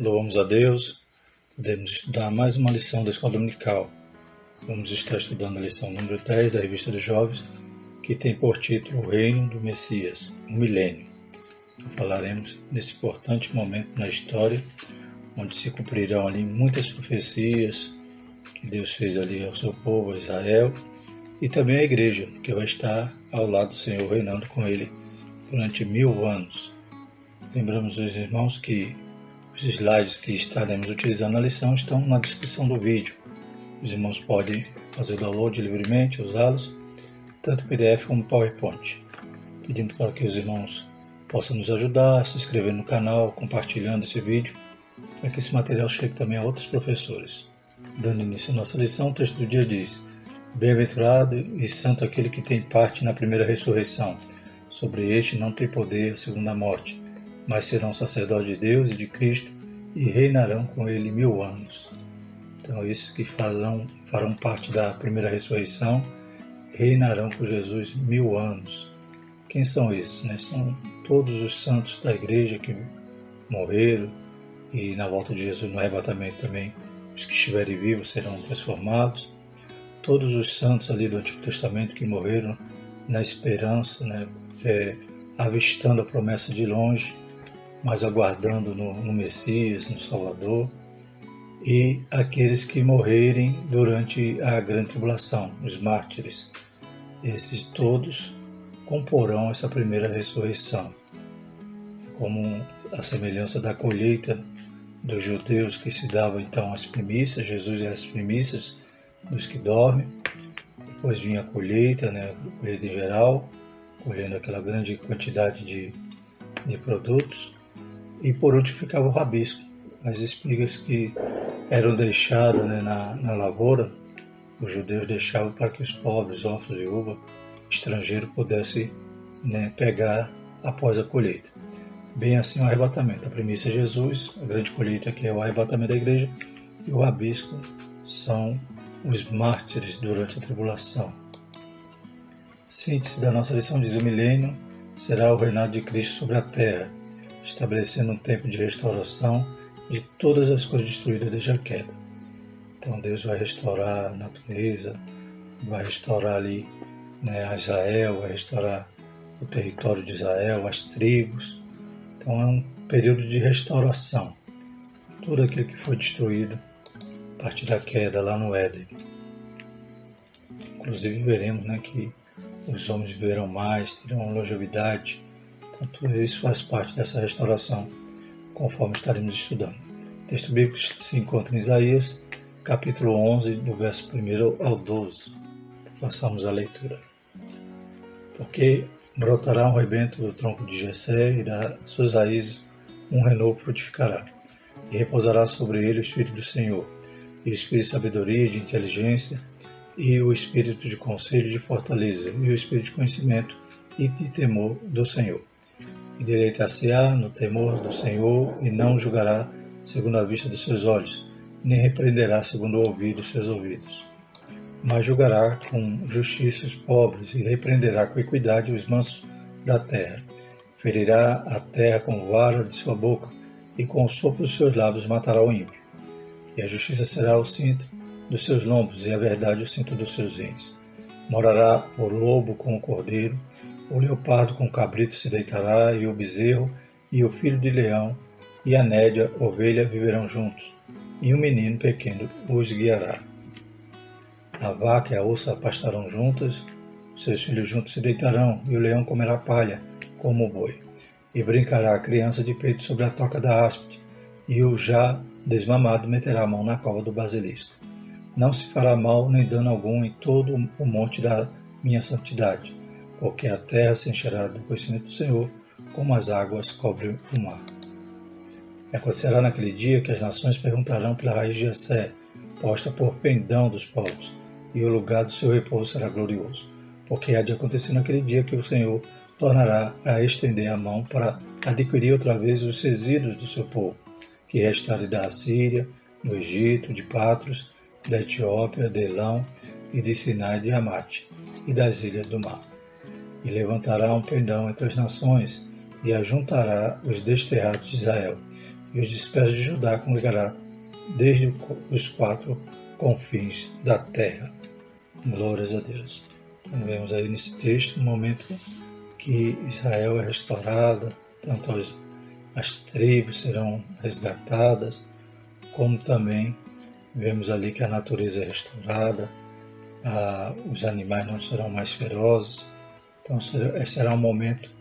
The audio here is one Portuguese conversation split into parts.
Louvamos a Deus, podemos estudar mais uma lição da Escola Dominical. Vamos estar estudando a lição número 10 da Revista dos Jovens, que tem por título O Reino do Messias, o Milênio. Então, falaremos nesse importante momento na história, onde se cumprirão ali muitas profecias que Deus fez ali ao seu povo, a Israel, e também a Igreja, que vai estar ao lado do Senhor, reinando com Ele durante 1000 anos. Lembramos os irmãos que os slides que estaremos utilizando na lição estão na descrição do vídeo. Os irmãos podem fazer o download livremente, usá-los, tanto PDF como PowerPoint. Pedindo para que os irmãos possam nos ajudar, se inscrever no canal, compartilhando esse vídeo, para que esse material chegue também a outros professores. Dando início à nossa lição, o texto do dia diz: Bem-aventurado e santo aquele que tem parte na primeira ressurreição. Sobre este não tem poder a segunda morte, mas serão sacerdotes de Deus e de Cristo e reinarão com ele 1000 anos. Então esses que farão parte da primeira ressurreição reinarão com Jesus 1000 anos. Quem são esses? São todos os santos da igreja que morreram, e na volta de Jesus no arrebatamento também os que estiverem vivos serão transformados. Todos os santos ali do Antigo Testamento que morreram na esperança, avistando a promessa de longe, mas aguardando no Messias, no Salvador, e aqueles que morrerem durante a grande tribulação, os mártires. Esses todos comporão essa primeira ressurreição, como a semelhança da colheita dos judeus que se dava então as primícias. Jesus é as primícias dos que dormem, depois vinha a colheita, a colheita em geral, colhendo aquela grande quantidade de produtos, e por último ficava o rabisco, as espigas que eram deixadas na lavoura. Os judeus deixavam para que os pobres, órfãos de viúva, estrangeiros, pudessem pegar após a colheita. Bem assim o arrebatamento. A primícia é Jesus, a grande colheita que é o arrebatamento da igreja, e o rabisco são os mártires durante a tribulação. Síntese da nossa lição diz: o milênio será o reinado de Cristo sobre a terra, estabelecendo um tempo de restauração de todas as coisas destruídas desde a queda. Então Deus vai restaurar a natureza, vai restaurar ali a Israel, vai restaurar o território de Israel, as tribos. Então é um período de restauração. Tudo aquilo que foi destruído a partir da queda lá no Éden. Inclusive veremos que os homens viverão mais, terão longevidade. Então tudo isso faz parte dessa restauração, conforme estaremos estudando. O texto bíblico se encontra em Isaías, capítulo 11, do verso 1 ao 12. Façamos a leitura. Porque brotará um rebento do tronco de Jessé, e das suas raízes um renovo frutificará. E repousará sobre ele o Espírito do Senhor, e o Espírito de sabedoria e de inteligência, e o Espírito de conselho e de fortaleza, e o Espírito de conhecimento e de temor do Senhor. E deleitar-se-á no temor do Senhor, e não julgará segundo a vista dos seus olhos, nem repreenderá segundo o ouvir dos seus ouvidos. Mas julgará com justiça os pobres, e repreenderá com equidade os mansos da terra. Ferirá a terra com vara de sua boca, e com o sopro dos seus lábios matará o ímpio. E a justiça será o cinto dos seus lombos, e a verdade o cinto dos seus rins. Morará o lobo com o cordeiro, o leopardo com o cabrito se deitará, e o bezerro e o filho de leão e a nédia ovelha viverão juntos, e um menino pequeno os guiará. A vaca e a ossa pastarão juntas, os seus filhos juntos se deitarão, e o leão comerá palha como o boi. E brincará a criança de peito sobre a toca da áspide, e o já desmamado meterá a mão na cova do basilisco. Não se fará mal nem dano algum em todo o monte da minha santidade, porque a terra se encherá do conhecimento do Senhor, como as águas cobrem o mar. E acontecerá naquele dia que as nações perguntarão pela raiz de Jessé, posta por pendão dos povos, e o lugar do seu repouso será glorioso, porque há de acontecer naquele dia que o Senhor tornará a estender a mão para adquirir outra vez os resíduos do seu povo, que restarem da Assíria, do Egito, de Patros, da Etiópia, de Elão e de Sinai de Amate, e das ilhas do mar. E levantará um pendão entre as nações, e ajuntará os desterrados de Israel, e os dispersos de Judá congregará desde os 4 confins da terra. Glórias a Deus. Então vemos aí nesse texto um momento que Israel é restaurada, tanto as tribos serão resgatadas, como também vemos ali que a natureza é restaurada, os animais não serão mais ferozes. Então será um momento,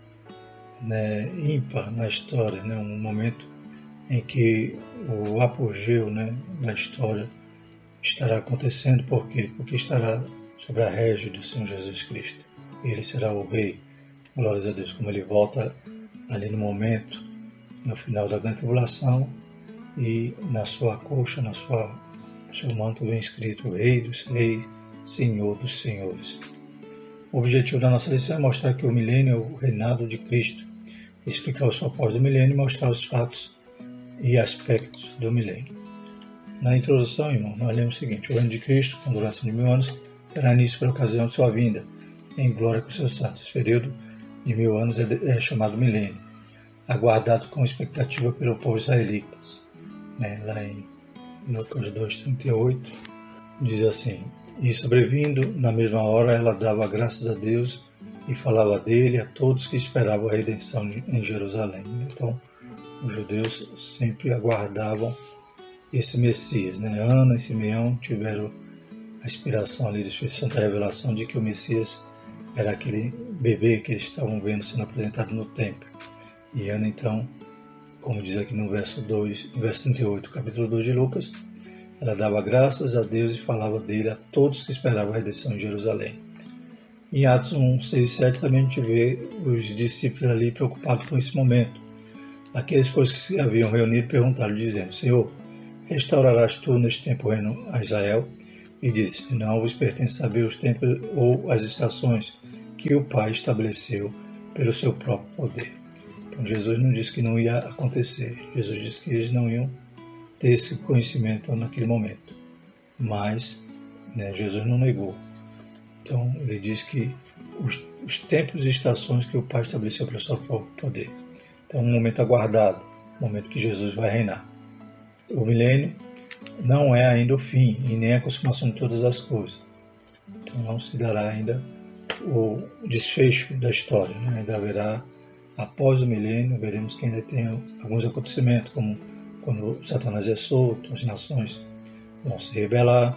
né, ímpar na história, né, um momento em que o apogeu, né, da história estará acontecendo. Por quê? Porque estará sobre a régide do Senhor Jesus Cristo. Ele será o Rei. Glórias a Deus, como ele volta ali no momento, no final da grande tribulação, e na sua coxa, no seu manto vem escrito Rei dos Reis, Senhor dos Senhores. O objetivo da nossa lição é mostrar que o milênio é o reinado de Cristo, explicar os propósitos do milênio e mostrar os fatos e aspectos do milênio. Na introdução, irmão, nós lemos o seguinte: o reino de Cristo, com duração de 1000 anos, terá início por ocasião de sua vinda, em glória com seus santos. Esse período de 1000 anos é chamado milênio, aguardado com expectativa pelo povo israelita. Lá em Lucas 2,38, diz assim: e sobrevindo, na mesma hora, ela dava graças a Deus e falava dele a todos que esperavam a redenção em Jerusalém. Então, os judeus sempre aguardavam esse Messias, né? Ana e Simeão tiveram a inspiração ali do Espírito Santo, a revelação de que o Messias era aquele bebê que eles estavam vendo sendo apresentado no templo. E Ana, então, como diz aqui no verso 38, capítulo 2 de Lucas, ela dava graças a Deus e falava dele a todos que esperavam a redenção em Jerusalém. Em Atos 1, 6 e 7 também a gente vê os discípulos ali preocupados com esse momento. Aqueles, pois, que se haviam reunido perguntaram, dizendo: Senhor, restaurarás tu neste tempo o reino a Israel? E disse: não vos pertence saber os tempos ou as estações que o Pai estabeleceu pelo seu próprio poder. Então Jesus não disse que não ia acontecer. Jesus disse que eles não iam ter esse conhecimento naquele momento. Mas, né, Jesus não negou. Então ele diz que os tempos e estações que o Pai estabeleceu pelo seu próprio poder. Então um momento aguardado, um momento que Jesus vai reinar. O milênio não é ainda o fim e nem a consumação de todas as coisas. Então não se dará ainda o desfecho da história, né? Ainda haverá, após o milênio, veremos que ainda tem alguns acontecimentos, como quando Satanás é solto, as nações vão se rebelar,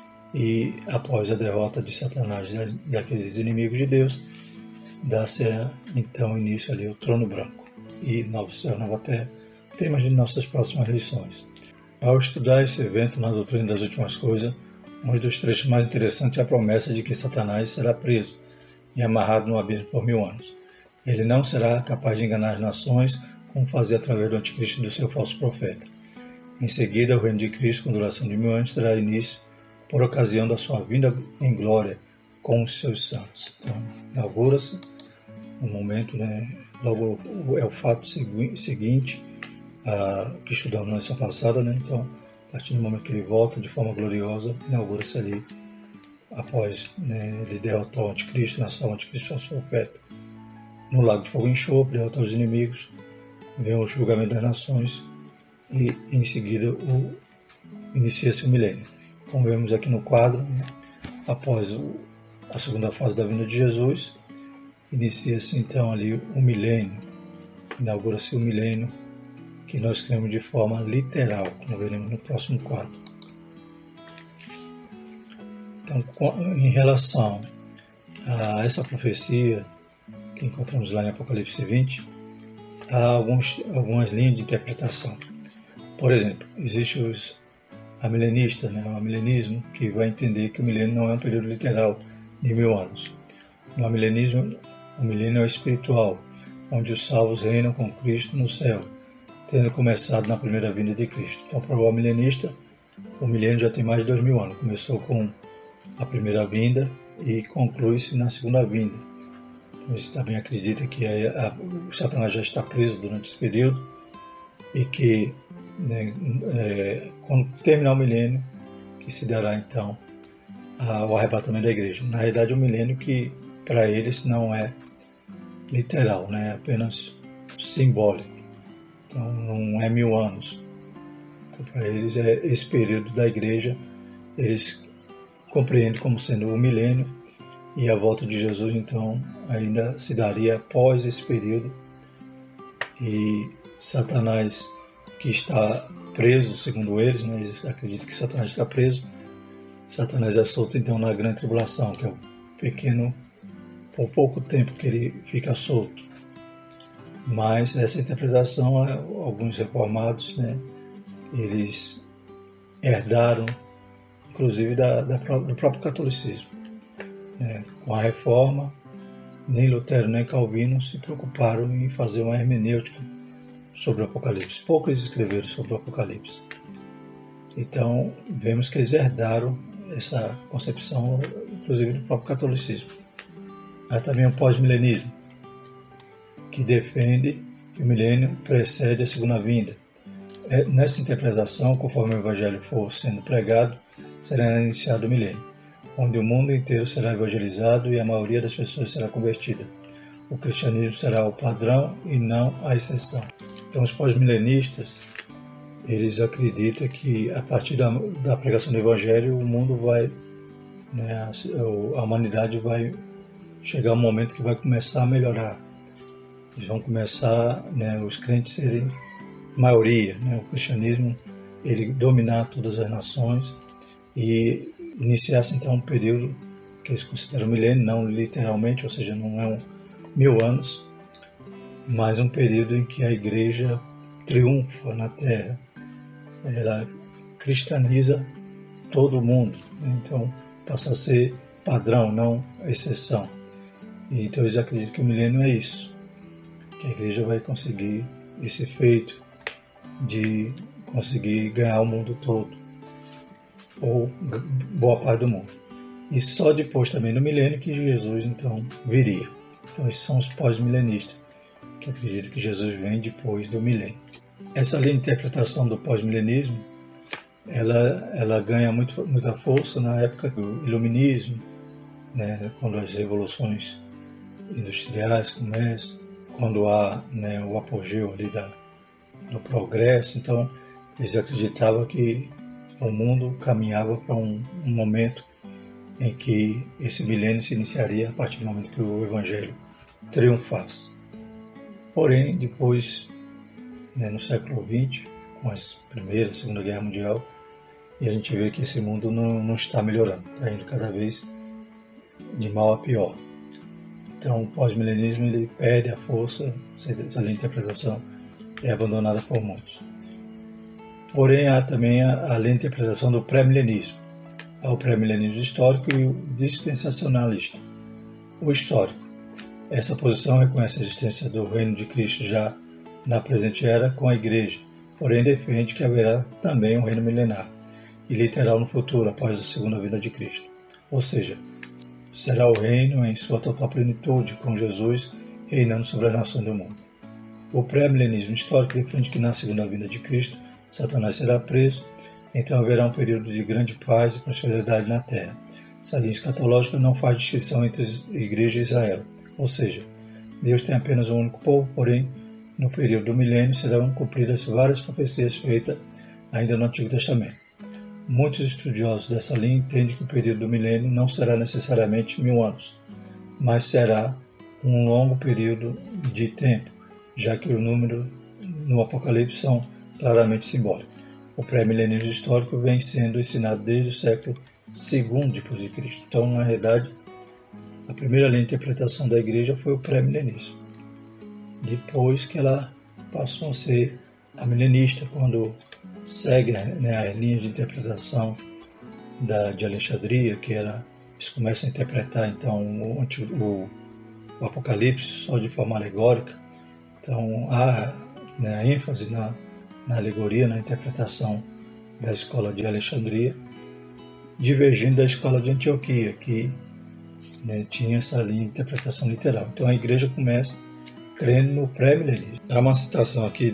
e após a derrota de Satanás e daqueles inimigos de Deus, dá-se então início ali ao trono branco e novo céu, nova terra, temas de nossas próximas lições. Ao estudar esse evento na doutrina das últimas coisas, um dos trechos mais interessantes é a promessa de que Satanás será preso e amarrado no abismo por 1000 anos. Ele não será capaz de enganar as nações, como fazia através do anticristo e do seu falso profeta. Em seguida, o reino de Cristo, com duração de 1000 anos, terá início por ocasião da sua vinda em glória com os seus santos. Então, inaugura-se no momento, né, logo é o fato seguinte que estudamos na lição passada, né? Então, a partir do momento que ele volta de forma gloriosa, inaugura-se ali, após, né, ele derrotar o anticristo, lançar o anticristo falso profeta no lago de fogo e enxofre, derrotar os inimigos, vem o julgamento das nações e em seguida inicia-se o milênio. Como vemos aqui no quadro, né, após a segunda fase da vinda de Jesus, inicia-se então ali o milênio, inaugura-se o milênio, que nós cremos de forma literal, como veremos no próximo quadro. Então, em relação a essa profecia que encontramos lá em Apocalipse 20, há algumas linhas de interpretação. Por exemplo, existe a milenista, né, o milenismo, que vai entender que o milênio não é um período literal de 1000 anos. No milenismo, o milênio é espiritual, onde os salvos reinam com Cristo no céu, tendo começado na primeira vinda de Cristo. Então, para o milenista, o milênio já tem mais de 2000 anos. Começou com a primeira vinda e conclui-se na segunda vinda. Então, eles também acreditam que o Satanás já está preso durante esse período e que, né, quando terminar o milênio, que se dará então o arrebatamento da igreja. Na realidade, o milênio que para eles não é literal, né, é apenas simbólico. Então não é 1000 anos. Então, para eles, esse período da igreja, eles compreendem como sendo o milênio, e a volta de Jesus, então, ainda se daria após esse período. E Satanás, que está preso, segundo eles, né, eles acreditam que Satanás está preso. Satanás é solto, então, na grande tribulação, que é o pequeno, por pouco tempo que ele fica solto. Mas essa interpretação, alguns reformados, né, eles herdaram, inclusive, do próprio catolicismo. Né? Com a reforma, nem Lutero nem Calvino se preocuparam em fazer uma hermenêutica sobre o Apocalipse. Poucos escreveram sobre o Apocalipse. Então, vemos que eles herdaram essa concepção, inclusive, do próprio catolicismo. Há também o pós-milenismo, que defende que o milênio precede a segunda vinda. Nessa interpretação, conforme o Evangelho for sendo pregado, será iniciado o milênio, onde o mundo inteiro será evangelizado e a maioria das pessoas será convertida. O cristianismo será o padrão e não a exceção. Então, os pós-milenistas, eles acreditam que a partir da pregação do Evangelho, o mundo vai, né, a humanidade vai chegar um momento que vai começar a melhorar. Eles vão começar, né, os crentes serem maioria, né, o cristianismo ele dominar todas as nações e iniciar-se então um período que eles consideram milênio, não literalmente, ou seja, não é 1000 anos, mas um período em que a igreja triunfa na terra, ela cristianiza todo o mundo, né? Então passa a ser padrão, não exceção. E então eles acreditam que o milênio é isso, que a igreja vai conseguir esse feito de conseguir ganhar o mundo todo, ou boa parte do mundo. E só depois também do milênio que Jesus então viria. Então esses são os pós-milenistas, que acreditam que Jesus vem depois do milênio. Essa linha de interpretação do pós-milenismo, ela ganha muita força na época do iluminismo, né, quando as revoluções industriais começam, quando há, né, o apogeu ali do progresso. Então eles acreditavam que o mundo caminhava para um momento em que esse milênio se iniciaria a partir do momento que o Evangelho triunfasse. Porém, depois, né, no século XX, com a Primeira e Segunda Guerra Mundial, e a gente vê que esse mundo não está melhorando, está indo cada vez de mal a pior. Então, o pós-milenismo ele perde a força, essa interpretação é abandonada por muitos. Porém, há também a interpretação do pré-milenismo. Há o pré-milenismo histórico e o dispensacionalista. O histórico. Essa posição reconhece a existência do reino de Cristo já na presente era com a igreja, porém defende que haverá também um reino milenar e literal no futuro, após a segunda vinda de Cristo. Ou seja, será o reino em sua total plenitude, com Jesus reinando sobre as nações do mundo. O pré-milenismo histórico defende que na segunda vinda de Cristo, Satanás será preso, então haverá um período de grande paz e prosperidade na terra. Essa linha escatológica não faz distinção entre a igreja e Israel, ou seja, Deus tem apenas um único povo, porém, no período do milênio serão cumpridas várias profecias feitas ainda no Antigo Testamento. Muitos estudiosos dessa linha entendem que o período do milênio não será necessariamente 1000 anos, mas será um longo período de tempo, já que o número no Apocalipse são claramente simbólicos. O pré-milenismo histórico vem sendo ensinado desde o século II depois de Cristo. Então, na realidade, a primeira linha de interpretação da igreja foi o pré-milenismo. Depois que ela passou a ser a milenista, quando segue, né, as linhas de interpretação de Alexandria, que eles começam a interpretar então o Apocalipse só de forma alegórica. Então há, né, a ênfase na alegoria, na interpretação da escola de Alexandria, divergindo da escola de Antioquia, que, né, tinha essa linha de interpretação literal. Então a igreja começa crendo no pré-milenismo. Há uma citação aqui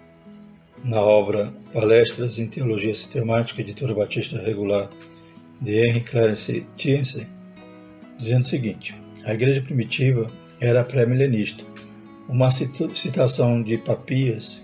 na obra Palestras em Teologia Sistemática, editora Batista Regular, de Henry Clarence Tiercen, dizendo o seguinte: a igreja primitiva era pré-milenista. Uma citação de Papias,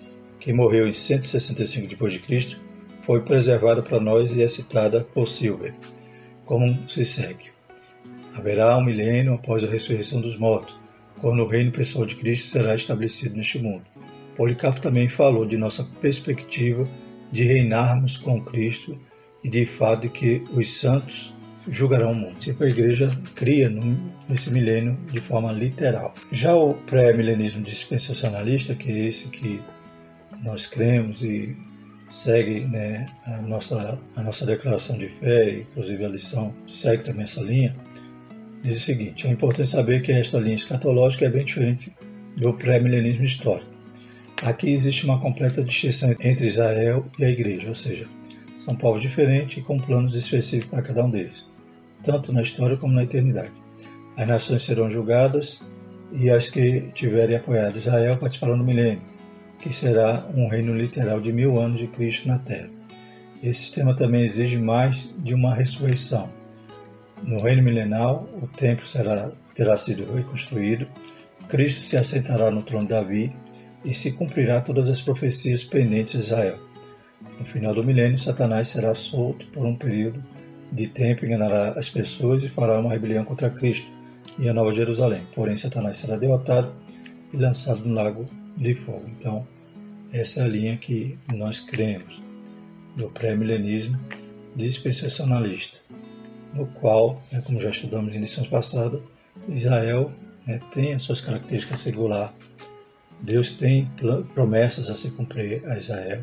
que morreu em 165 d.C., foi preservada para nós e é citada por Silver, como se segue. Haverá um milênio após a ressurreição dos mortos, quando o reino pessoal de Cristo será estabelecido neste mundo. Policarpo também falou de nossa perspectiva de reinarmos com Cristo e de fato de que os santos julgarão o mundo. Sempre a igreja cria nesse milênio de forma literal. Já o pré-milenismo dispensacionalista, que é esse que nós cremos e segue, né, a nossa declaração de fé, inclusive a lição segue também essa linha, diz o seguinte: é importante saber que esta linha escatológica é bem diferente do pré-milenismo histórico. Aqui existe uma completa distinção entre Israel e a igreja, ou seja, são povos diferentes e com planos específicos para cada um deles, tanto na história como na eternidade. As nações serão julgadas e as que tiverem apoiado Israel participarão do milênio, que será um reino literal de 1000 anos de Cristo na Terra. Esse sistema também exige mais de uma ressurreição. No reino milenal, o templo terá sido reconstruído, Cristo se assentará no trono de Davi e se cumprirá todas as profecias pendentes a Israel. No final do milênio, Satanás será solto por um período de tempo, enganará as pessoas e fará uma rebelião contra Cristo e a Nova Jerusalém. Porém, Satanás será derrotado e lançado no lago de fogo. Então, essa é a linha que nós cremos do pré-milenismo dispensacionalista, no qual, como já estudamos em lições passadas, Israel tem as suas características singulares. Deus tem promessas a se cumprir a Israel.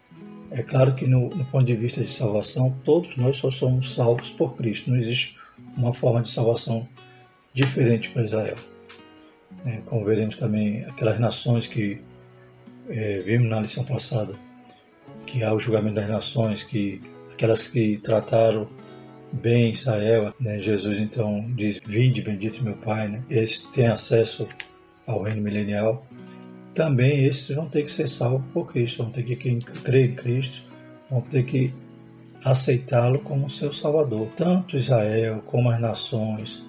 É claro que no ponto de vista de salvação, todos nós só somos salvos por Cristo. Não existe uma forma de salvação diferente para Israel. Como veremos também aquelas nações que vimos na lição passada, que há o julgamento das nações, que aquelas que trataram bem Israel, Jesus então diz: vinde bendito meu Pai, esses têm acesso ao reino milenial. Também esses vão ter que ser salvos por Cristo, vão ter que, quem crê em Cristo, vão ter que aceitá-lo como seu Salvador. Tanto Israel como as nações,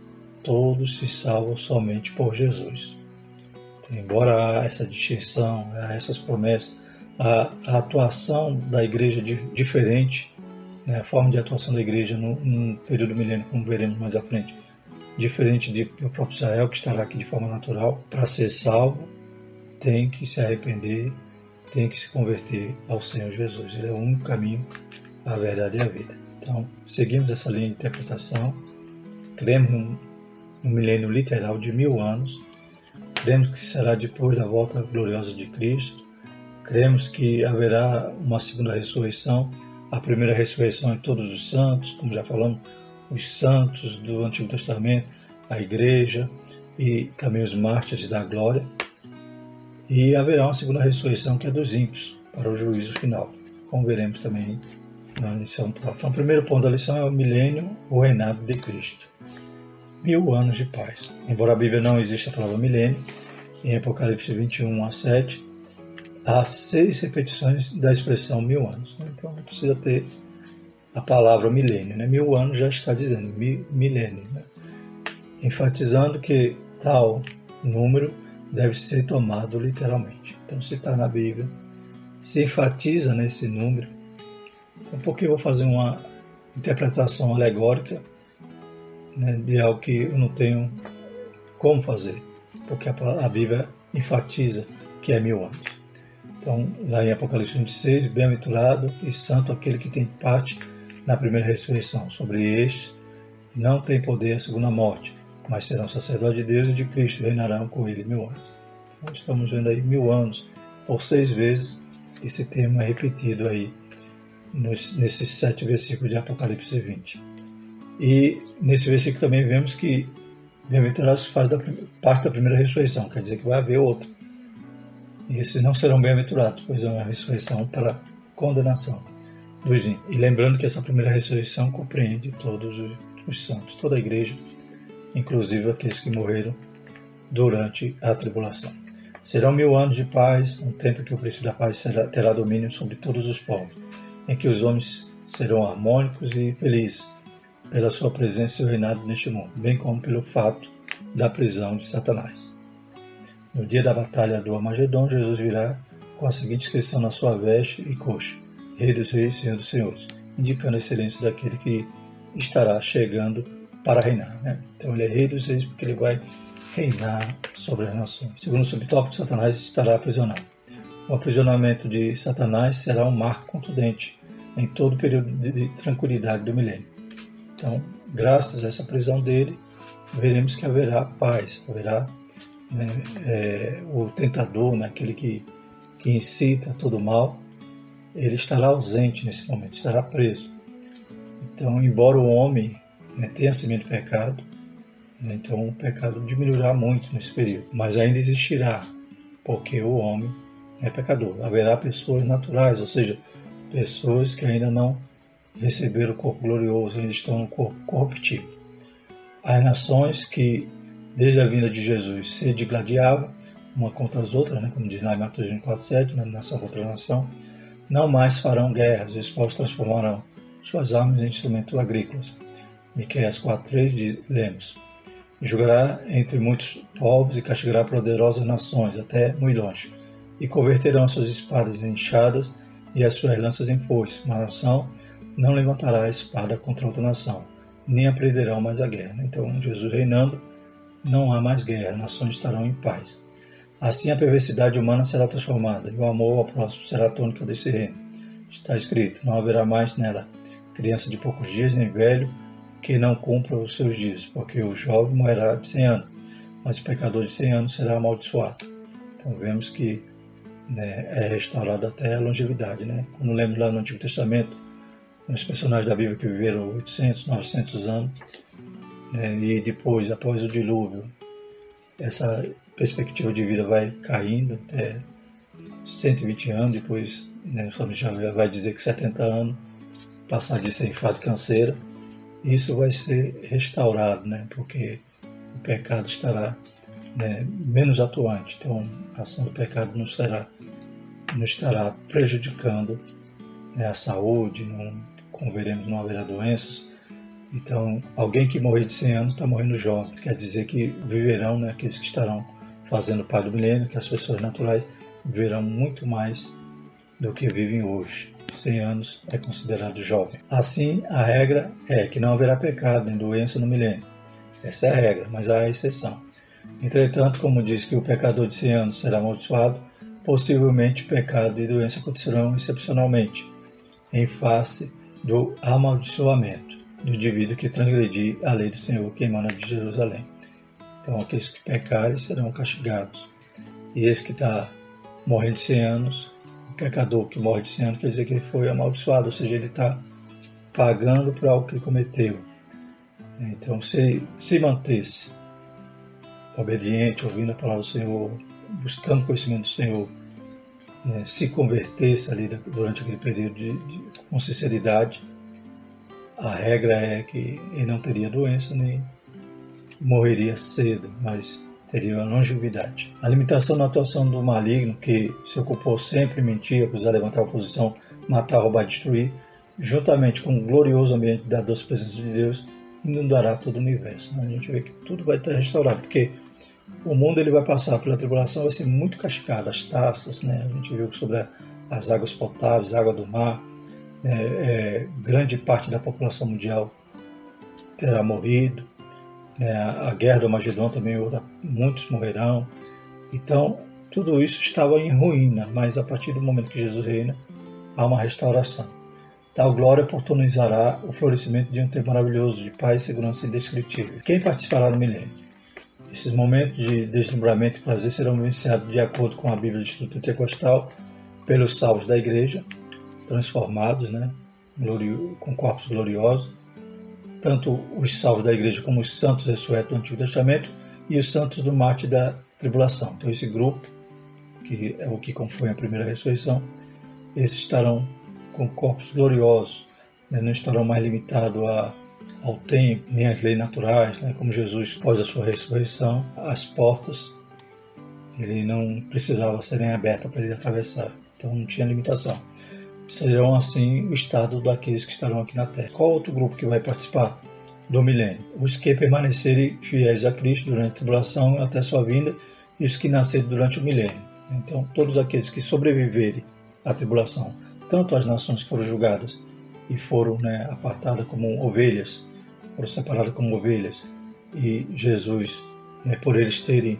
todos se salvam somente por Jesus. Então, embora há essa distinção, há essas promessas, a atuação da igreja diferente, a forma de atuação da igreja no período milênio, como veremos mais à frente, diferente do próprio Israel, que estará aqui de forma natural, para ser salvo, tem que se arrepender, tem que se converter ao Senhor Jesus. Ele é o único caminho, a verdade e a vida. Então, seguimos essa linha de interpretação, cremos no milênio literal de 1000 anos, cremos que será depois da volta gloriosa de Cristo, cremos que haverá uma segunda ressurreição. A primeira ressurreição é todos os santos, como já falamos, os santos do Antigo Testamento, a igreja e também os mártires da glória. E haverá uma segunda ressurreição que é dos ímpios, para o juízo final, como veremos também na lição próxima. Então, o primeiro ponto da lição é o milênio, o reinado de Cristo. 1000 anos de paz. Embora a Bíblia não exista a palavra milênio, em Apocalipse 21:7, há 6 repetições da expressão 1000 anos. Então não precisa ter a palavra milênio. 1000 anos já está dizendo milênio, enfatizando que tal número deve ser tomado literalmente. Então, se está na Bíblia, se enfatiza nesse número. Então, por que eu vou fazer uma interpretação alegórica de algo que eu não tenho como fazer? Porque a Bíblia enfatiza que é 1000 anos. Então, lá em Apocalipse 26, bem-aventurado e santo aquele que tem parte na primeira ressurreição. Sobre este não tem poder a segunda morte, mas serão sacerdotes de Deus e de Cristo, e reinarão com ele 1000 anos. Então, estamos vendo aí 1000 anos, por 6 vezes, esse termo é repetido aí nesses 7 versículos de Apocalipse 20. E nesse versículo também vemos que bem-aventurados faz parte da primeira ressurreição, quer dizer que vai haver outra. E esses não serão bem-aventurados, pois é uma ressurreição para condenação dos ímpios. E lembrando que essa primeira ressurreição compreende todos os santos, toda a igreja, inclusive aqueles que morreram durante a tribulação. Serão 1000 anos de paz, um tempo em que o príncipe da paz terá domínio sobre todos os povos, em que os homens serão harmônicos e felizes pela sua presença e o reinado neste mundo, bem como pelo fato da prisão de Satanás. No dia da batalha do Armagedon, Jesus virá com a seguinte inscrição na sua veste e coxa: Rei dos Reis, Senhor dos Senhores, indicando a excelência daquele que estará chegando para reinar, né? Então ele é Rei dos Reis porque ele vai reinar sobre as nações. Segundo o subtópico, Satanás estará aprisionado. O aprisionamento de Satanás será um marco contundente em todo o período de tranquilidade do milênio. Então, graças a essa prisão dele, veremos que haverá paz, haverá, né, o tentador, né, aquele que incita todo o mal, ele estará ausente nesse momento, estará preso. Então, embora o homem, né, tenha semente de pecado, né, então o pecado diminuirá muito nesse período, mas ainda existirá, porque o homem é pecador. Haverá pessoas naturais, ou seja, pessoas que ainda não receberam o corpo glorioso, ainda estão no corpo corruptível. As nações que, desde a vinda de Jesus, se digladiavam uma contra as outras, né, como diz lá em Mateus 24:7, né, nação contra nação, não mais farão guerras, os povos transformarão suas armas em instrumentos agrícolas. Miqueias 4:3 lemos: julgará entre muitos povos e castigará poderosas nações, até muito longe, e converterão suas espadas em enxadas e as suas lanças em foices. Uma nação não levantará a espada contra outra nação, nem aprenderão mais a guerra. Então, Jesus reinando, não há mais guerra, nações estarão em paz. Assim a perversidade humana será transformada, e o amor ao próximo será a tônica desse reino. Está escrito: não haverá mais nela criança de poucos dias, nem velho que não cumpra os seus dias, porque o jovem morrerá de 100 anos, mas o pecador de 100 anos será amaldiçoado. Então vemos que, né, é restaurada até a longevidade, né? Como lemos lá no Antigo Testamento, os personagens da Bíblia que viveram 800, 900 anos, né, e depois, após o dilúvio, essa perspectiva de vida vai caindo até 120 anos, depois, né, já vai dizer que 70 anos, passar de ser infarto e canseira, isso vai ser restaurado, né, porque o pecado estará, né, menos atuante. Então, a ação do pecado não estará prejudicando, né, a saúde, como veremos, não haverá doenças. Então, alguém que morrer de 100 anos está morrendo jovem. Quer dizer que viverão, né, aqueles que estarão fazendo parte do milênio, que as pessoas naturais viverão muito mais do que vivem hoje. 100 anos é considerado jovem. Assim, a regra é que não haverá pecado nem doença no milênio. Essa é a regra, mas há a exceção. Entretanto, como diz que o pecador de 100 anos será amaldiçoado, possivelmente pecado e doença acontecerão excepcionalmente, em face do amaldiçoamento do indivíduo que transgredir a lei do Senhor que emana de Jerusalém. Então, aqueles que pecarem serão castigados. E esse que está morrendo de 100 anos, o pecador que morre de 100 anos, quer dizer que ele foi amaldiçoado, ou seja, ele está pagando por algo que ele cometeu. Então, se mantesse obediente, ouvindo a palavra do Senhor, buscando conhecimento do Senhor, né, se convertesse ali durante aquele período com sinceridade, a regra é que ele não teria doença nem morreria cedo, mas teria uma longevidade. A limitação na atuação do maligno, que se ocupou sempre em mentir, acusar, levantar oposição, matar, roubar e destruir, juntamente com o glorioso ambiente da doce presença de Deus, inundará todo o universo. A gente vê que tudo vai estar restaurado, porque o mundo ele vai passar pela tribulação, vai ser muito castigado, as taças, né? A gente viu sobre as águas potáveis, a água do mar, grande parte da população mundial terá morrido, né? A guerra do Magedon também, muitos morrerão. Então, tudo isso estava em ruína, mas a partir do momento que Jesus reina, há uma restauração. Tal glória oportunizará o florescimento de um tempo maravilhoso de paz e segurança indescritível. Quem participará do milênio? Esses momentos de deslumbramento e prazer serão vivenciados de acordo com a Bíblia do Instituto Pentecostal pelos salvos da igreja, transformados, né, com corpos gloriosos, tanto os salvos da igreja como os santos ressurretos do Antigo Testamento e os santos do mártir da tribulação. Então esse grupo, que é o que compõe a primeira ressurreição, esses estarão com corpos gloriosos, né, não estarão mais limitados ao tempo, nem às leis naturais, né, como Jesus, após a sua ressurreição, as portas, ele não precisava serem abertas para ele atravessar, então não tinha limitação. Serão assim o estado daqueles que estarão aqui na Terra. Qual outro grupo que vai participar do milênio? Os que permanecerem fiéis a Cristo durante a tribulação até sua vinda e os que nascerem durante o milênio. Então, todos aqueles que sobreviverem à tribulação, tanto as nações que foram julgadas e foram, apartadas como ovelhas, foram separadas como ovelhas, e Jesus, por eles terem,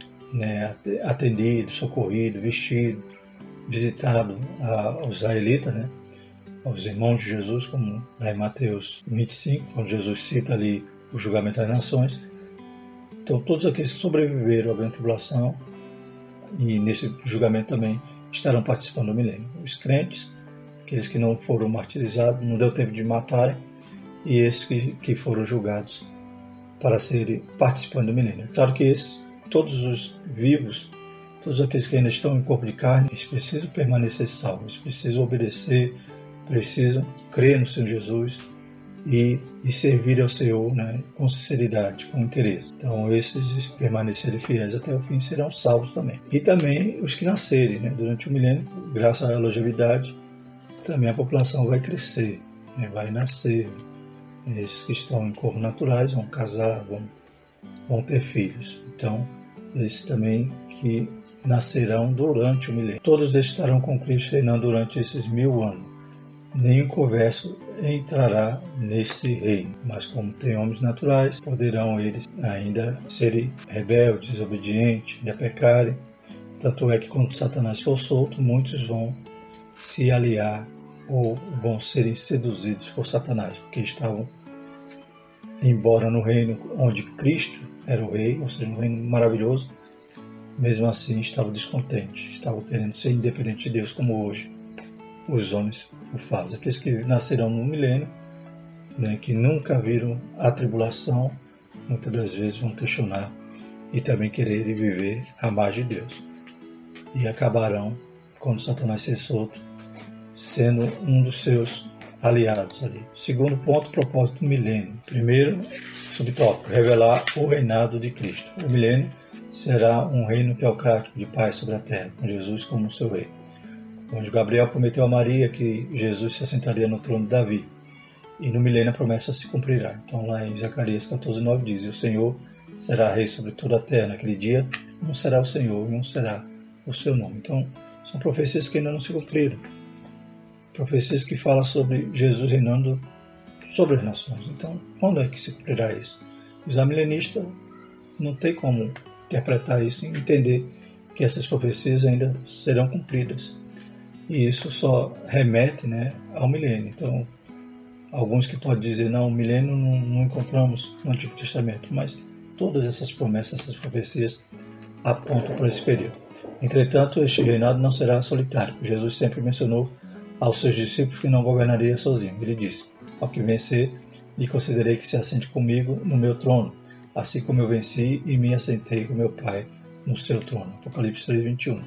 atendido, socorrido, vestido, visitado aos israelitas, aos irmãos de Jesus, como lá em Mateus 25, onde Jesus cita ali o julgamento das nações. Então, todos aqueles que sobreviveram à grande tribulação e nesse julgamento também estarão participando do milênio. Os crentes, aqueles que não foram martirizados, não deu tempo de matarem, e esses que foram julgados para serem participantes do milênio. É claro que esses, todos os vivos, todos aqueles que ainda estão em corpo de carne, eles precisam permanecer salvos, precisam obedecer, precisam crer no Senhor Jesus e servir ao Senhor, com sinceridade, com interesse. Então, esses permanecerem fiéis até o fim serão salvos também. E também os que nascerem, durante o milênio, graças à longevidade, também a população vai crescer, vai nascer. Esses que estão em corpos naturais vão casar, vão ter filhos. Então, esses também que nascerão durante o milênio. Todos estarão com Cristo reinando durante esses 1000 anos. Nenhum converso entrará nesse reino, mas como tem homens naturais, poderão eles ainda serem rebeldes, desobedientes, ainda pecarem. Tanto é que quando Satanás for solto, muitos vão se aliar ou vão serem seduzidos por Satanás, porque estavam, embora no reino onde Cristo era o rei, ou seja, um reino maravilhoso, mesmo assim estavam descontentes, estavam querendo ser independentes de Deus, como hoje os homens o fazem. Aqueles que nascerão no milênio, que nunca viram a tribulação, muitas das vezes vão questionar e também querer viver a margem de Deus. E acabarão, quando Satanás ser solto, sendo um dos seus aliados ali. Segundo ponto, propósito do milênio. Primeiro, subtópico, revelar o reinado de Cristo. O milênio será um reino teocrático de paz sobre a terra, com Jesus como seu rei. Onde Gabriel prometeu a Maria que Jesus se assentaria no trono de Davi. E no milênio a promessa se cumprirá. Então lá em Zacarias 14:9 diz: o Senhor será rei sobre toda a terra. Naquele dia, um será o Senhor e um será o seu nome. Então, são profecias que ainda não se cumpriram. Profecias que falam sobre Jesus reinando sobre as nações. Então, quando é que se cumprirá isso? Os amilenistas não tem como interpretar isso e entender que essas profecias ainda serão cumpridas. E isso só remete, ao milênio. Então, alguns que podem dizer, não, o milênio não encontramos no Antigo Testamento, mas todas essas promessas, essas profecias apontam para esse período. Entretanto, este reinado não será solitário. Jesus sempre mencionou aos seus discípulos que não governaria sozinho. Ele disse: ao que vencer, lhe concederei que se assente comigo no meu trono, assim como eu venci e me assentei com meu Pai no seu trono. Apocalipse 3:21.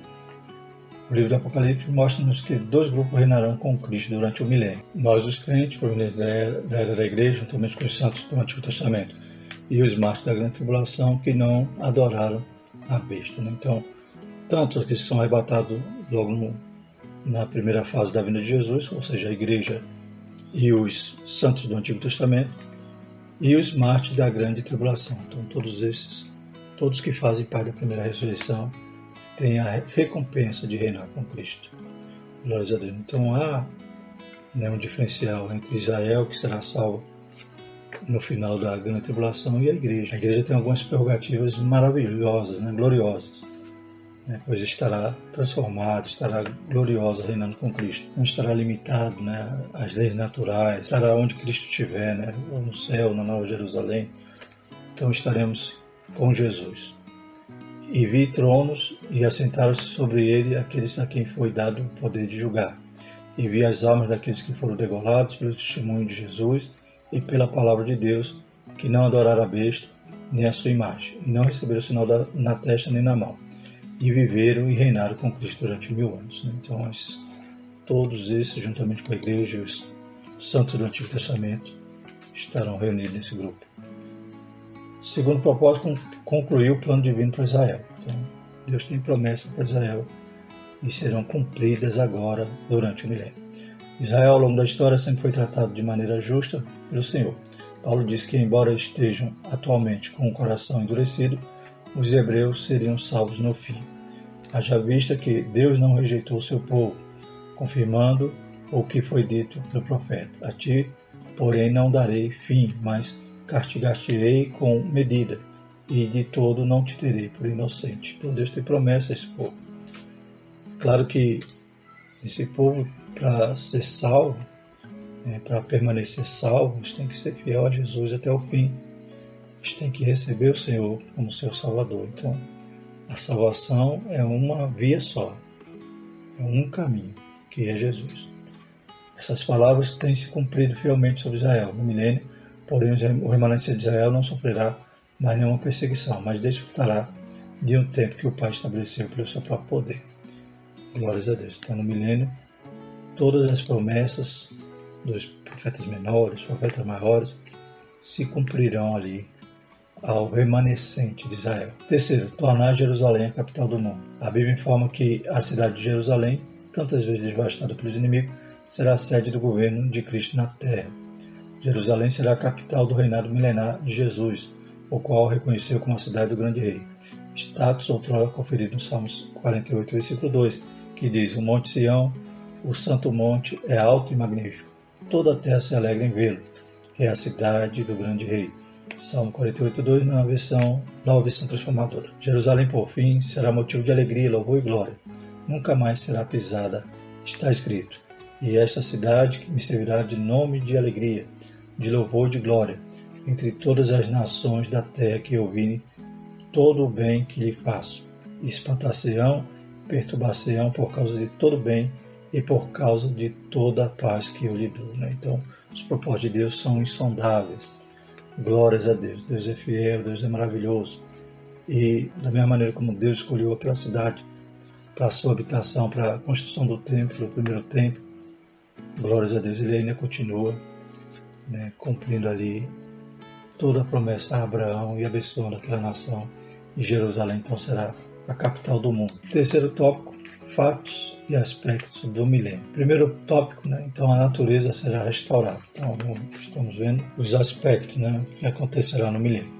O livro do Apocalipse mostra-nos que 2 grupos reinarão com Cristo durante o milênio. Nós, os crentes, provenientes da era da igreja, juntamente com os santos do Antigo Testamento, e os mártires da grande tribulação que não adoraram a besta. Então, tanto os que são arrebatados logo na primeira fase da vinda de Jesus, ou seja, a igreja e os santos do Antigo Testamento, e os mártires da grande tribulação. Então, todos esses, todos que fazem parte da primeira ressurreição, têm a recompensa de reinar com Cristo. Glórias a Deus. Então, há um diferencial entre Israel, que será salvo no final da grande tribulação, e a igreja. A igreja tem algumas prerrogativas maravilhosas, gloriosas. Pois estará transformada, estará gloriosa reinando com Cristo. Não estará limitado às leis naturais, estará onde Cristo estiver, ou no céu, na Nova Jerusalém. Então estaremos com Jesus. E vi tronos e assentaram-se sobre ele aqueles a quem foi dado o poder de julgar. E vi as almas daqueles que foram degolados pelo testemunho de Jesus e pela palavra de Deus, que não adoraram a besta, nem a sua imagem, e não receberam sinal na testa nem na mão. E viveram e reinaram com Cristo durante 1000 anos. Então, todos esses, juntamente com a igreja e os santos do Antigo Testamento, estarão reunidos nesse grupo. Segundo propósito, concluir o plano divino para Israel. Então, Deus tem promessa para Israel e serão cumpridas agora durante o milênio. Israel, ao longo da história, sempre foi tratado de maneira justa pelo Senhor. Paulo diz que, embora estejam atualmente com o coração endurecido, os hebreus seriam salvos no fim. Haja vista que Deus não rejeitou o seu povo, confirmando o que foi dito pelo profeta. A ti, porém, não darei fim, mas castigar-te-ei com medida, e de todo não te terei por inocente. Então Deus tem promessa a esse povo. Claro que esse povo, para ser salvo, para permanecer salvo, eles têm que ser fiel a Jesus até o fim. Eles têm que receber o Senhor como seu Salvador. Então, a salvação é uma via só, é um caminho, que é Jesus. Essas palavras têm se cumprido fielmente sobre Israel no milênio, porém o remanente de Israel não sofrerá mais nenhuma perseguição, mas desfrutará de um tempo que o Pai estabeleceu pelo seu próprio poder. Glórias a Deus. Então, no milênio, todas as promessas dos profetas menores, profetas maiores, se cumprirão ali ao remanescente de Israel. Terceiro, tornar Jerusalém a capital do mundo. A Bíblia informa que a cidade de Jerusalém, tantas vezes devastada pelos inimigos, será a sede do governo de Cristo na terra. Jerusalém será a capital do reinado milenar de Jesus, o qual reconheceu como a cidade do grande rei. Status outrora conferido no Salmos 48, versículo 2, que diz: o Monte Sião, o santo monte, é alto e magnífico. Toda a terra se alegra em vê-lo. É a cidade do grande rei. Salmo 48:2, nova versão transformadora. Jerusalém, por fim, será motivo de alegria, louvor e glória. Nunca mais será pisada, está escrito. E esta cidade que me servirá de nome de alegria, de louvor e de glória, entre todas as nações da terra que ouvirem todo o bem que lhe faço. Espantar-se-ão, perturbar-se-ão por causa de todo o bem e por causa de toda a paz que eu lhe dou. Então, os propósitos de Deus são insondáveis. Glórias a Deus. Deus é fiel, Deus é maravilhoso. E da mesma maneira como Deus escolheu aquela cidade para a sua habitação, para a construção do templo, o primeiro templo, glórias a Deus, Ele ainda continua cumprindo ali toda a promessa a Abraão e abençoando aquela nação. E Jerusalém então será a capital do mundo. Terceiro tópico, fatos e aspectos do milênio. Primeiro tópico, então a natureza será restaurada. Então estamos vendo os aspectos que acontecerá no milênio.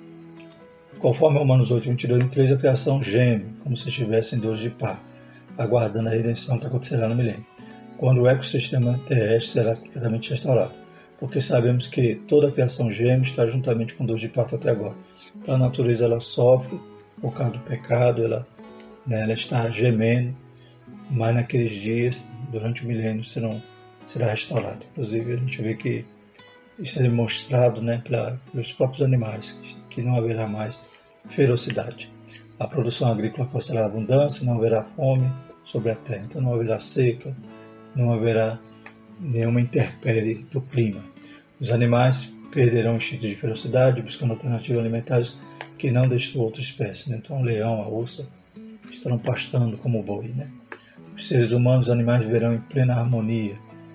Conforme Romanos 8, 22 e 23, a criação geme, como se estivesse em dores de parto, aguardando a redenção que acontecerá no milênio, quando o ecossistema terrestre será completamente restaurado. Porque sabemos que toda a criação geme está juntamente com dores de parto até agora. Então a natureza ela sofre por causa do pecado, ela está gemendo, mas naqueles dias, durante o milênio, será restaurado. Inclusive, a gente vê que isso é demonstrado pelos próprios animais, que não haverá mais ferocidade. A produção agrícola alcançará abundância, não haverá fome sobre a terra, então não haverá seca, não haverá nenhuma intempérie do clima. Os animais perderão o instinto de ferocidade, buscando alternativas alimentares que não destruam outra espécie. Então o leão, a ursa, estarão pastando como boi. Os seres humanos e os animais viverão em plena harmonia.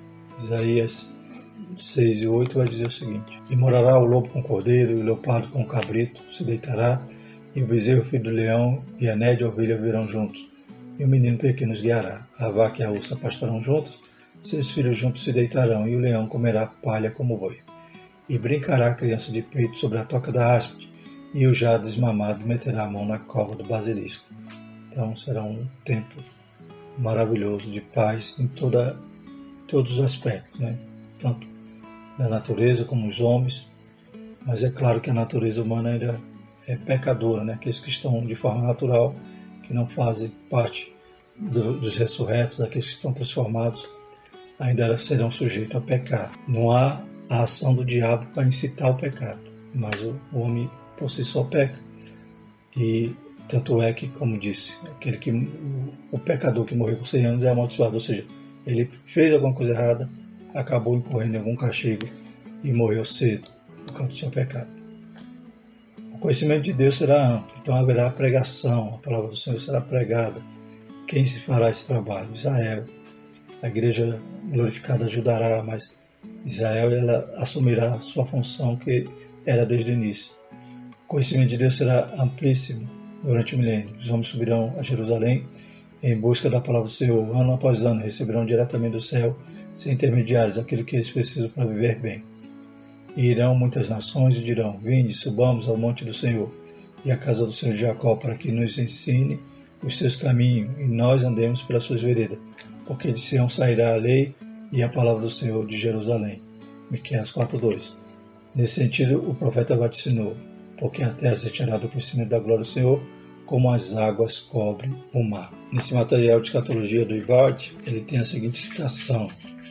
Isaías 6 e 8 vai dizer o seguinte: e morará o lobo com o cordeiro, e o leopardo com o cabrito, se deitará, e o bezerro filho do leão e a nédia ovelha viverão juntos, e o menino pequeno os guiará. A vaca e a ursa pastarão juntos, seus filhos juntos se deitarão, e o leão comerá palha como boi. E brincará a criança de peito sobre a toca da áspide, e o já desmamado meterá a mão na cova do basilisco. Então será um tempo maravilhoso de paz em todos os aspectos, tanto da natureza como os homens, mas é claro que a natureza humana ainda é pecadora, aqueles que estão de forma natural, que não fazem parte dos ressurretos, daqueles que estão transformados, ainda serão sujeitos a pecar. Não há a ação do diabo para incitar o pecado, mas o homem por si só peca. E tanto é que, como disse, o pecador que morreu com 100 anos é amaldiçoado, ou seja, ele fez alguma coisa errada, acabou incorrendo em algum castigo e morreu cedo por causa do seu pecado. O conhecimento de Deus será amplo, então haverá pregação, a palavra do Senhor será pregada. Quem se fará esse trabalho? Israel. A igreja glorificada ajudará, mas Israel ela assumirá sua função que era desde o início. O conhecimento de Deus será amplíssimo durante o milênio. Os homens subirão a Jerusalém em busca da palavra do Senhor, ano após ano, receberão diretamente do céu, sem intermediários, aquilo que eles precisam para viver bem. E irão muitas nações e dirão: vinde, subamos ao monte do Senhor e à casa do Senhor de Jacó, para que nos ensine os seus caminhos, e nós andemos pelas suas veredas. Porque de Sião sairá a lei e a palavra do Senhor de Jerusalém. Miqueias 4:2. Nesse sentido, o profeta vaticinou, porque a terra se encherá do conhecimento da glória do Senhor, como as águas cobrem o mar. Nesse material de escatologia do IBAD, ele tem a seguinte citação,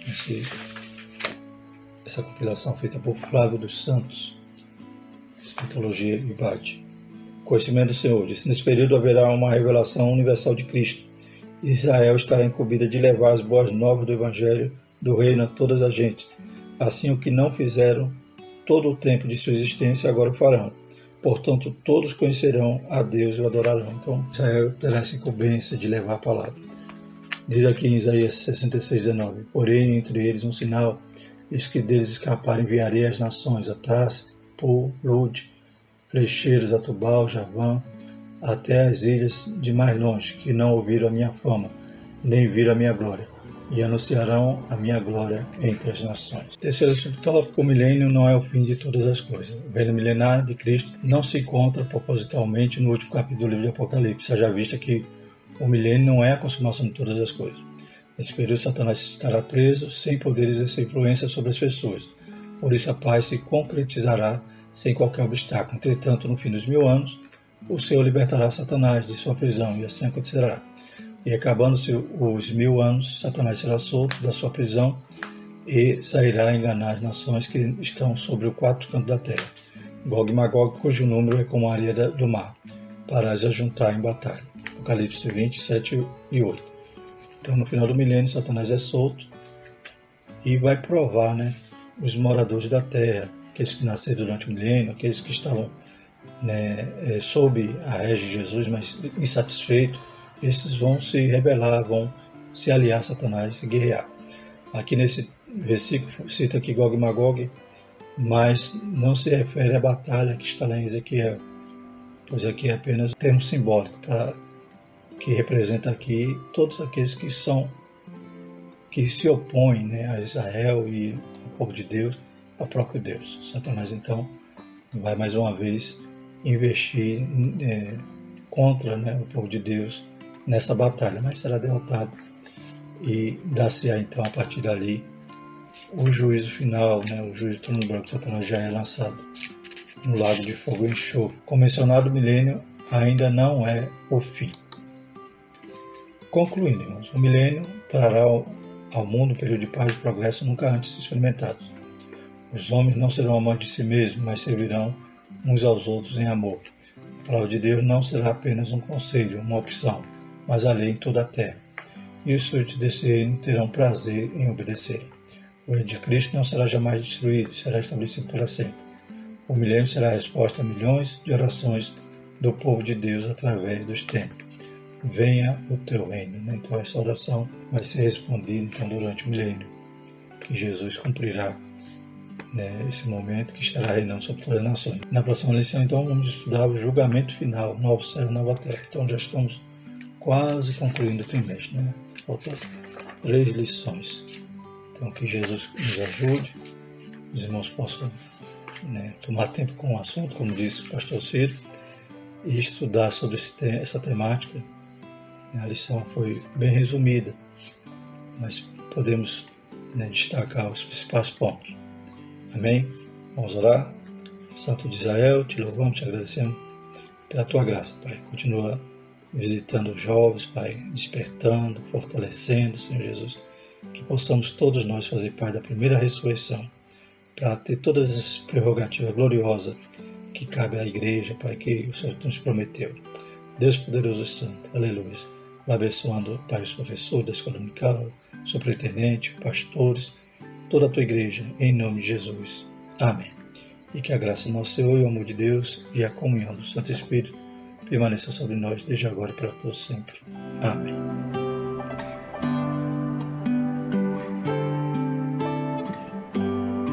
essa compilação feita por Flávio dos Santos, escatologia IBAD. Conhecimento do Senhor, diz: nesse período haverá uma revelação universal de Cristo. Israel estará incumbida de levar as boas novas do Evangelho do Reino a todas as gentes. Assim, o que não fizeram todo o tempo de sua existência, agora o farão. Portanto, todos conhecerão a Deus e o adorarão. Então, Israel terá essa incumbência de levar a palavra. Diz aqui em Isaías 66:19: porém, entre eles um sinal, eis que deles escaparem enviarei as nações, a Tarse, Pul, Lud, flecheiros, a Tubal, Javã, até as ilhas de mais longe, que não ouviram a minha fama, nem viram a minha glória, e anunciarão a minha glória entre as nações. Terceiro subtópico: o milênio não é o fim de todas as coisas. O reino milenar de Cristo não se encontra propositalmente no último capítulo do livro de Apocalipse, haja vista que o milênio não é a consumação de todas as coisas. Nesse período, Satanás estará preso, sem poder exercer influência sobre as pessoas. Por isso, a paz se concretizará sem qualquer obstáculo. Entretanto, no fim dos 1000 anos, o Senhor libertará Satanás de sua prisão, e assim acontecerá. E acabando-se os 1000 anos, Satanás será solto da sua prisão e sairá a enganar as nações que estão sobre os 4 cantos da terra, Gog e Magog, cujo número é como a areia do mar, para as ajuntar em batalha. Apocalipse 20, 7 e 8. Então, no final do milênio, Satanás é solto e vai provar, os moradores da terra, aqueles que nasceram durante o milênio, aqueles que estavam sob a régia de Jesus, mas insatisfeitos, esses vão se rebelar, vão se aliar a Satanás e guerrear. Aqui nesse versículo cita aqui Gog e Magog, mas não se refere à batalha que está lá em Ezequiel, pois aqui é apenas um termo simbólico que representa aqui todos aqueles que se opõem a Israel e ao povo de Deus, ao próprio Deus. Satanás então vai mais uma vez investir contra o povo de Deus nessa batalha, mas será derrotado e dar-se-á então a partir dali o juízo final, o juízo do trono branco. Satanás já é lançado no lago de fogo e enxofre. Como mencionado, o milênio ainda não é o fim. Concluindo, irmãos, o milênio trará ao mundo um período de paz e progresso nunca antes experimentados. Os homens não serão amantes de si mesmos, mas servirão uns aos outros em amor. A palavra de Deus não será apenas um conselho, uma opção, mas a lei em toda a terra. E os súditos desse reino terão prazer em obedecer. O reino de Cristo não será jamais destruído, será estabelecido para sempre. O milênio será a resposta a milhões de orações do povo de Deus através dos tempos. Venha o teu reino. Então essa oração vai ser respondida durante o milênio, que Jesus cumprirá esse momento, que estará reinando sobre todas as nações. Na próxima lição, então, vamos estudar o julgamento final, novo céu e nova terra. Então já estamos quase concluindo o trimestre. Faltam 3 lições. Então que Jesus nos ajude, os irmãos possam tomar tempo com o assunto, como disse o pastor Ciro, e estudar sobre essa temática. A lição foi bem resumida, mas podemos destacar os principais pontos. Amém? Vamos orar? Santo de Israel, te louvamos, te agradecemos pela tua graça, Pai. Continua visitando os jovens, Pai, despertando, fortalecendo, Senhor Jesus, que possamos todos nós fazer parte da primeira ressurreição, para ter todas as prerrogativas gloriosas que cabe à igreja, Pai, que o Senhor nos prometeu. Deus poderoso e santo, aleluia. Vai abençoando, Pai, os professores da escola dominical, superintendente, pastores, toda a tua igreja, em nome de Jesus. Amém. E que a graça do nosso Senhor e o amor de Deus e a comunhão do Santo Espírito permaneça sobre nós desde agora e para todos sempre. Amém.